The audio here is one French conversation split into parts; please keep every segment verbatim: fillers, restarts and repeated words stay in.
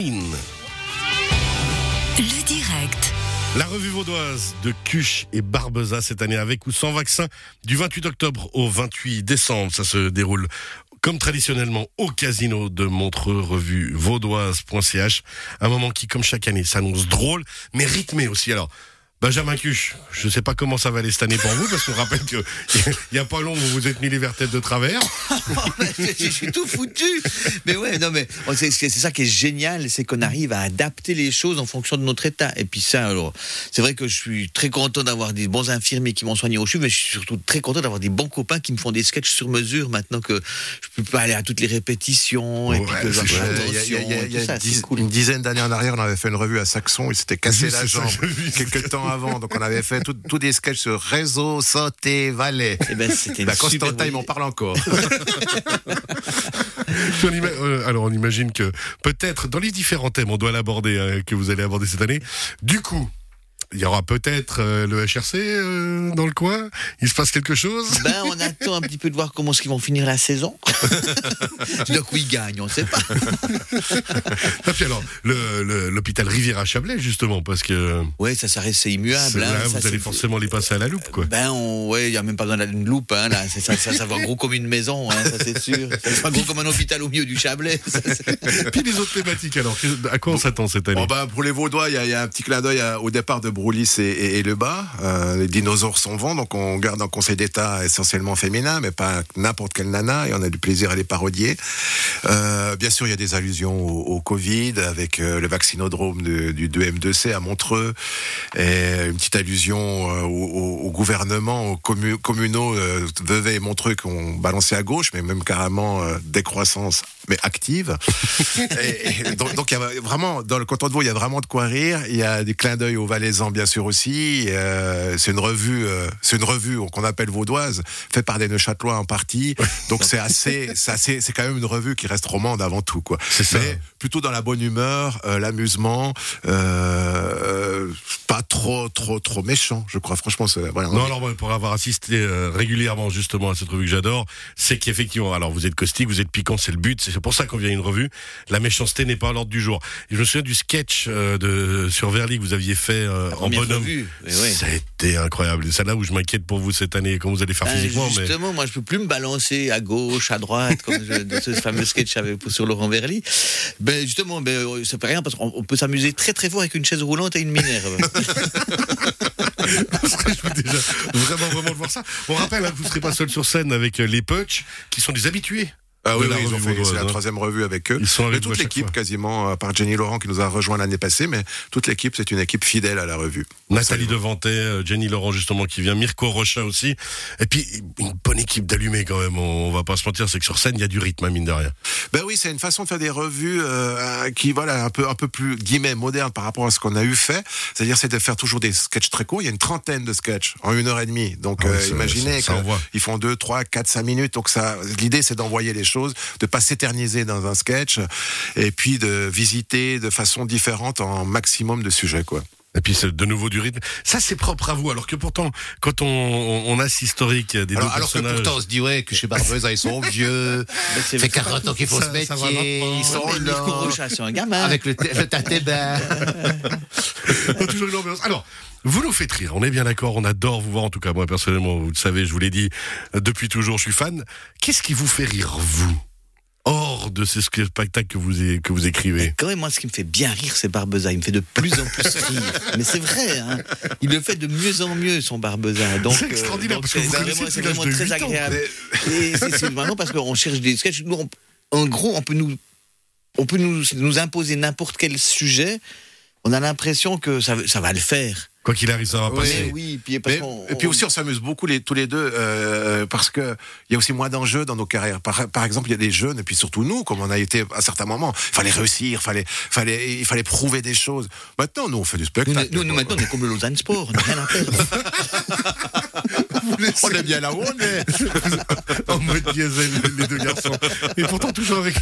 Le direct. La revue vaudoise de Cuche et Barbeza cette année avec ou sans vaccin du vingt-huit octobre au vingt-huit décembre. Ça se déroule comme traditionnellement au casino de Montreux, revue vaudoise point c h. Un moment qui, comme chaque année, s'annonce drôle mais rythmé aussi. Alors, Benjamin Cuche, je ne sais pas comment ça va aller cette année pour vous, parce qu'on rappelle qu'il n'y a pas long, vous vous êtes mis les vertèbres de travers. je, je suis tout foutu. Mais ouais, non, mais c'est, c'est ça qui est génial, c'est qu'on arrive à adapter les choses en fonction de notre état. Et puis ça, alors, c'est vrai que je suis très content d'avoir des bons infirmiers qui m'ont soigné au C H U, mais je suis surtout très content d'avoir des bons copains qui me font des sketchs sur mesure maintenant que je ne peux pas aller à toutes les répétitions. Ouais, et puis que je fais attention. Il y a, ça, dix, cool. une dizaine d'années en arrière, on avait fait une revue à Saxon, il s'était cassé Oui, la jambe ça, quelques temps avant, donc on avait fait tous des sketchs sur réseau, sauté, valais. Eh ben, c'était la super Constantin, il m'en parle encore. on ima- euh, alors on imagine que peut-être dans les différents thèmes, on doit l'aborder, hein, que vous allez aborder cette année. Du coup, il y aura peut-être euh, le H R C euh, dans le coin. Il se passe quelque chose. Ben, on attend un petit peu de voir comment est-ce qu'ils vont finir la saison. Donc oui, ils gagnent, on ne sait pas. Et puis alors, le, le, l'hôpital Riviera-Chablais, justement, parce que... Ouais, ça, ça reste c'est immuable. C'est, là, hein, vous ça, allez c'est... forcément les passer à la loupe, quoi. Ben, on, ouais, il n'y a même pas besoin d'une loupe, hein, là. C'est, ça, ça, ça va gros comme une maison, hein, ça c'est sûr. Ça va gros comme un hôpital au milieu du Chablais. Ça, c'est... Puis les autres thématiques, alors, à quoi on s'attend cette année? Bon, ben, pour les Vaudois, il y, y a un petit clin d'œil à, au départ de Broulis et, et, et le bas. Euh, les dinosaures s'en vont, donc on garde un conseil d'État essentiellement féminin, mais pas n'importe quelle nana, et on a du plaisir à les parodier. Euh, bien sûr, il y a des allusions au, au Covid, avec euh, le vaccinodrome de, du deux M deux C à Montreux, et une petite allusion euh, au, au, au gouvernement, aux commu- communaux euh, Vevey et Montreux qui ont balancé à gauche, mais même carrément euh, décroissance, mais active. et, et donc, donc il y a vraiment, dans le canton de Vaud, il y a vraiment de quoi rire. Il y a des clins d'œil aux Valaisans, bien sûr aussi. Et, euh, c'est une revue, euh, c'est une revue qu'on appelle vaudoise, faite par des Neuchâtelois en partie. Donc c'est assez, c'est assez, c'est quand même une revue qui reste romande avant tout, quoi. C'est ça. Mais plutôt dans la bonne humeur, euh, l'amusement, euh, pas trop, trop, trop méchant, je crois. Franchement, c'est voilà. Non, alors moi, pour avoir assisté euh, régulièrement justement à cette revue que j'adore, c'est qu'effectivement, alors vous êtes caustique, vous êtes piquant, c'est le but, c'est pour ça qu'on vient à une revue. La méchanceté n'est pas à l'ordre du jour. Et je me souviens du sketch euh, de sur Verly que vous aviez fait euh, en bonhomme. Revue, oui, oui. Ça a été incroyable. C'est là où je m'inquiète pour vous cette année, comment vous allez faire Ben, physiquement. justement, mais... moi je peux plus me balancer à gauche, à droite, comme je, de ce fameux sketch avec, sur Laurent Verly. Ben justement, ben, ça fait rien parce qu'on peut s'amuser très très fort avec une chaise roulante et une Minerve. Je veux déjà vraiment vraiment de voir ça. On rappelle hein, que vous ne serez pas seul sur scène avec euh, les Punch, qui sont des habitués. Ah oui, de la oui, ils ont revue fait, vaudoise, c'est la hein. troisième revue avec eux. Ils sont avec Mais vous toute à chaque l'équipe fois. quasiment, à part Jenny Laurent qui nous a rejoint l'année passée, mais toute l'équipe, c'est une équipe fidèle à la revue. Nathalie Devantet, euh, Jenny Laurent justement qui vient, Mirko Rocha aussi. Et puis une bonne équipe d'allumés quand même, on, on va pas se mentir, c'est que sur scène il y a du rythme, hein, mine de rien. Ben oui, c'est une façon de faire des revues euh, qui, voilà, un peu, un peu plus guillemets moderne par rapport à ce qu'on a eu fait. C'est-à-dire, c'est de faire toujours des sketchs très courts. Il y a une trentaine de sketchs en une heure et demie. Donc, Ah ouais, euh, ça- imaginez ça- ça envoie. qu'ils font deux, trois, quatre, cinq minutes. Donc ça, l'idée, c'est d'envoyer les choses, de pas s'éterniser dans un sketch, et puis de visiter de façon différente en maximum de sujets, quoi. Et puis c'est de nouveau du rythme. Ça c'est propre à vous, alors que pourtant quand on, on, on a ce historique des Alors, deux alors que personnages... pourtant on se dit ouais que chez Barbeza ils sont vieux, c'est fait quarante ans qu'il faut Ça- ce ça va métier, lentement. ils sont Mais là Mirko Rocha, c'est un gamin. avec le, t- le tâté bain. On a toujours une ambiance. Alors, vous nous faites rire, on est bien d'accord, on adore vous voir, en tout cas moi personnellement, vous le savez, je vous l'ai dit, euh, depuis toujours je suis fan. Qu'est-ce qui vous fait rire, vous, hors de ce spectacle que vous, é- que vous écrivez? Quand même, moi, ce qui me fait bien rire, c'est Barbeza. Il me fait de plus en plus rire. Mais c'est vrai, hein. Il le fait de mieux en mieux, son Barbeza. Donc, C'est extraordinaire, euh, donc parce que c'est vous vraiment, connaissez c'est depuis vraiment l'âge de très huit ans. agréable. Et c'est, c'est vraiment parce qu'on cherche des sketchs. Nous, on- en gros, on peut nous, on peut nous, nous imposer n'importe quel sujet. On a l'impression que ça, ça va le faire. Quoi qu'il arrive, ça va Oui. passer. Mais oui, puis parce Mais- qu'on- et puis aussi, on s'amuse beaucoup les, tous les deux euh, parce que il y a aussi moins d'enjeux dans nos carrières. Par, par exemple, il y a des jeunes et puis surtout nous, comme on a été à certains moments, il fallait réussir, fallait, fallait, il fallait prouver des choses. Maintenant, nous, on fait du Nous, spectacle. nous, nous, maintenant, on est comme le Lausanne Sport, on n'a rien à perdre. On est bien là où on est. En mode diesel, les deux garçons. Et pourtant, toujours avec...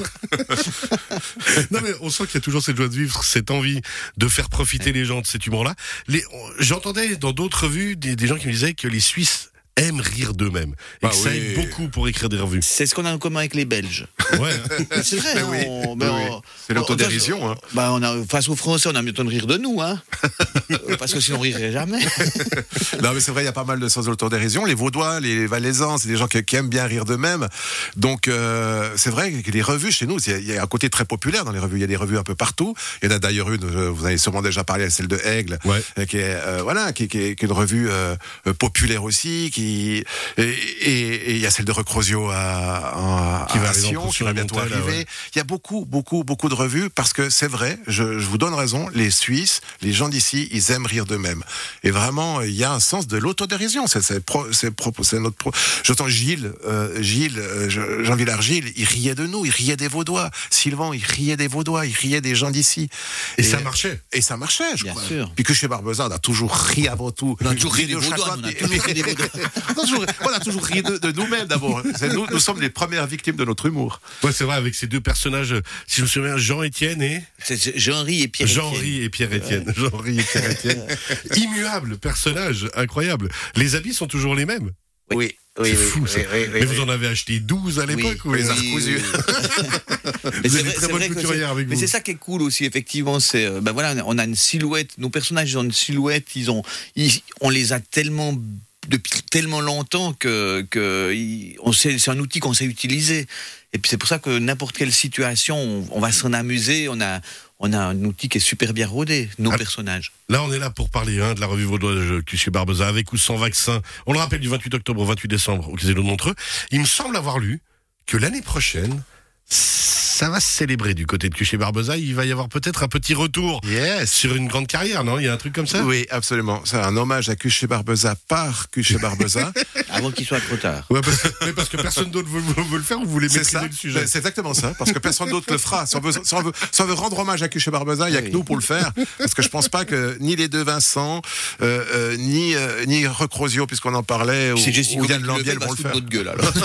Non, mais on sent qu'il y a toujours cette joie de vivre, cette envie de faire profiter les gens de cet humour-là. Les... J'entendais dans d'autres revues des, des gens qui me disaient que les Suisses aiment rire d'eux-mêmes. Et Bah que ça oui. aide beaucoup pour écrire des revues. C'est ce qu'on a en commun avec les Belges. Ouais. Mais c'est vrai. Mais hein, oui, on- oui, mais oui. on- C'est l'autodérision, hein. Bah, on a, face aux Français, on a mieux de rire de nous, hein. Euh, Parce que sinon, on rirait jamais. Non, mais c'est vrai, il y a pas mal de sens de l'autodérision. Les Vaudois, les Valaisans, c'est des gens qui, qui aiment bien rire d'eux-mêmes. Donc, euh, c'est vrai que les revues chez nous, il y a un côté très populaire dans les revues. Il y a des revues un peu partout. Il y en a d'ailleurs une, euh, vous avez sûrement déjà parlé, celle de Aigle, Ouais. euh, qui est euh, voilà, qui, qui, est, qui est une revue euh, euh, populaire aussi. Qui et, et, et il y a celle de Recrozio à, à, Qui va à arriver Sion, en qui va bientôt Montel, là, arriver. ouais. Il y a beaucoup, beaucoup, beaucoup de revues parce que c'est vrai. Je, je vous donne raison. Les Suisses, les gens d'ici, ils aiment rire d'eux-mêmes. Et vraiment, il y a un sens de l'autodérision. C'est, c'est, pro, c'est, pro, c'est notre pro. J'entends Gilles, euh, Gilles, euh, Jean Villard-Gilles, il riait de nous, il riait des Vaudois. Sylvain, il riait des Vaudois, il riait des gens d'ici. Et, ça marchait. Et ça marchait, je Bien crois. sûr. Puis que chez Barbeza, on a toujours ri avant tout. On a toujours ri des Au Vaudois, Château, on a et- toujours ri des Vaudois. on a toujours, on a toujours ri de, de nous-mêmes d'abord. C'est nous, nous sommes les premières victimes de notre humour. Ouais, c'est vrai, avec ces deux personnages, euh, si je me souviens, Jean-Étienne et C'est Jean-Ry et Pierre. Jean-Ry et Pierre-Étienne. Jean-Ry et Pierre-Étienne. Immuables personnages, incroyables. Les habits sont toujours les mêmes. Oui, C'est fou, ça. Mais vous en avez acheté douze à l'époque, ou oui, les oui, recousus. Mais Vous c'est êtes vrai- très c'est bonne vrai que couturière c'est- avec Mais vous. c'est ça qui est cool aussi, effectivement. C'est, euh, ben voilà, on a une silhouette. Nos personnages, ils ont une silhouette. Ils ont, ils- on les a tellement depuis tellement longtemps que, que ils- on sait, c'est un outil qu'on sait utiliser. Et puis c'est pour ça que n'importe quelle situation, on, on va s'en amuser. On a, on a un outil qui est super bien rodé. Nos Ah. personnages. Là, on est là pour parler hein, de la revue vaudoise Cussier Barbeza, avec ou sans vaccin. On le rappelle, du vingt-huit octobre au vingt-huit décembre au Casino de Montreux. Il me semble avoir lu que l'année prochaine, ça va se célébrer du côté de Cussier Barbeza. Il va y avoir peut-être un petit retour Yes. sur une grande carrière, non? Il y a un truc comme ça? Oui, absolument. C'est un hommage à Cuché Barbeza par Cuché Barbeza. Avant qu'il soit trop tard. Ouais, parce, que, mais parce que personne d'autre veut, veut- veut le faire, ou vous voulez C'est maîtriser ça. le sujet? C'est exactement ça. Parce que personne d'autre le fera. Si on veut, si on veut, si on veut rendre hommage à Cuché Barbeza, il n'y a que Oui. nous pour le faire. Parce que je pense pas que ni les deux Vincent, euh, euh, ni, euh, ni Recrozio, puisqu'on en parlait, ou, C'est Jessica ou Yann qui le fait, Lambiel il va vont se le foutre faire. de notre gueule, alors.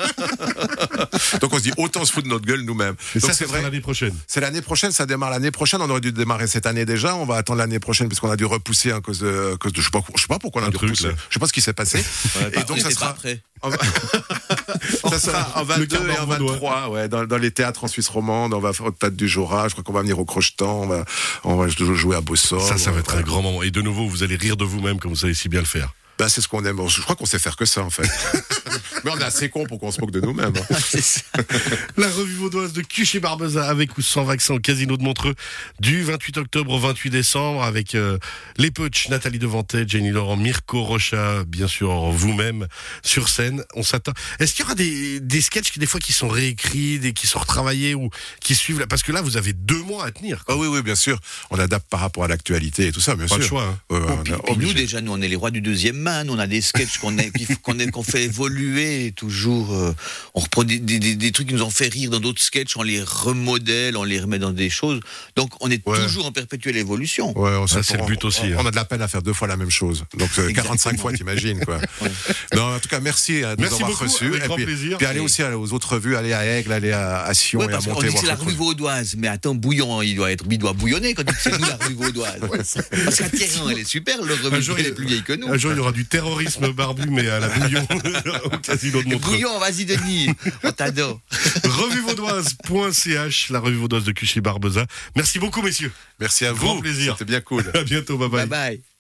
Donc on se dit, autant se foutre de notre gueule nous-mêmes. Et Donc ça, c'est c'est vrai. l'année prochaine. C'est l'année prochaine, ça démarre l'année prochaine. On aurait dû démarrer cette année déjà. On va attendre l'année prochaine puisqu'on a dû repousser à cause de, à cause de je sais pas, je sais pas pourquoi on a Un dû truc, repousser. là. Je sais pas ce qui s'est passé. Et donc, ça sera- prêt. On va- ça sera en Le vingt-deux quart et en d'heure vaudois. vingt-trois, ouais, dans, dans les théâtres en Suisse romande. On va faire au Théâtre du Jura. Je crois qu'on va venir au Crochetan. On va, on va jouer à Bossor. Ça, ça va être un grand moment. Et de nouveau, vous allez rire de vous-même comme vous savez si bien le faire. Ben, c'est ce qu'on aime. Je crois qu'on sait faire que ça, en fait. Mais on est assez cons pour qu'on se moque de nous-mêmes. hein. C'est ça. La revue vaudoise de Cuchier Barbeza, avec ou sans vaccin au Casino de Montreux, du vingt-huit octobre au vingt-huit décembre, avec euh, les Poch, Nathalie Devantet, Jenny Laurent, Mirko Rocha, bien sûr vous-même, sur scène. On s'attend. Est-ce qu'il y aura des, des sketchs qui, des fois, qui sont réécrits, des, qui sont retravaillés ou qui suivent là? Parce que là, vous avez deux mois à tenir. Ah oui, oui, bien sûr. On adapte par rapport à l'actualité et tout ça, bien Pas sûr. le choix. Hein. Ouais, ouais, on est Puis, puis obligé. nous, déjà, nous, on est les rois du deuxième man. On a des sketchs qu'on est- qu'il faut- qu'on est- qu'on fait évoluer toujours. euh, on reprend des, des- des- des trucs qui nous ont fait rire dans d'autres sketchs, on les remodèle, on les remet dans des choses. Donc, on est Ouais. toujours en perpétuelle évolution. Ouais, on Ça, sait- c'est le on- but aussi, On, hein. on a de la peine à faire deux fois la même chose. Donc euh, quarante-cinq fois, t'imagines quoi. Non, en tout cas, merci euh, de Merci nous avoir beaucoup, reçus. avec Et grand puis, plaisir. puis allez Et- aussi aller aux autres revues, aller à Aigle, aller à, à Sion Ouais, et à parce qu'on monter dit voir c'est la Recrozio. revue vaudoise, mais attends, Bouillon, il doit être, il doit bouillonner quand il dit que c'est nous la revue vaudoise. Parce qu'à Thierry, elle est super, le Un revue, jour, elle il- est plus vieille que nous. Un jour, il y aura du terrorisme barbu, mais à la bouillon, au Casino de Et Montreux. Bouillon, vas-y Denis, on t'adore. revue vaudoise point c h, la revue vaudoise de Cuchier Barbeza. Merci beaucoup, messieurs. Merci à vous. Grand plaisir. C'était bien cool. À bientôt, bye bye. Bye bye.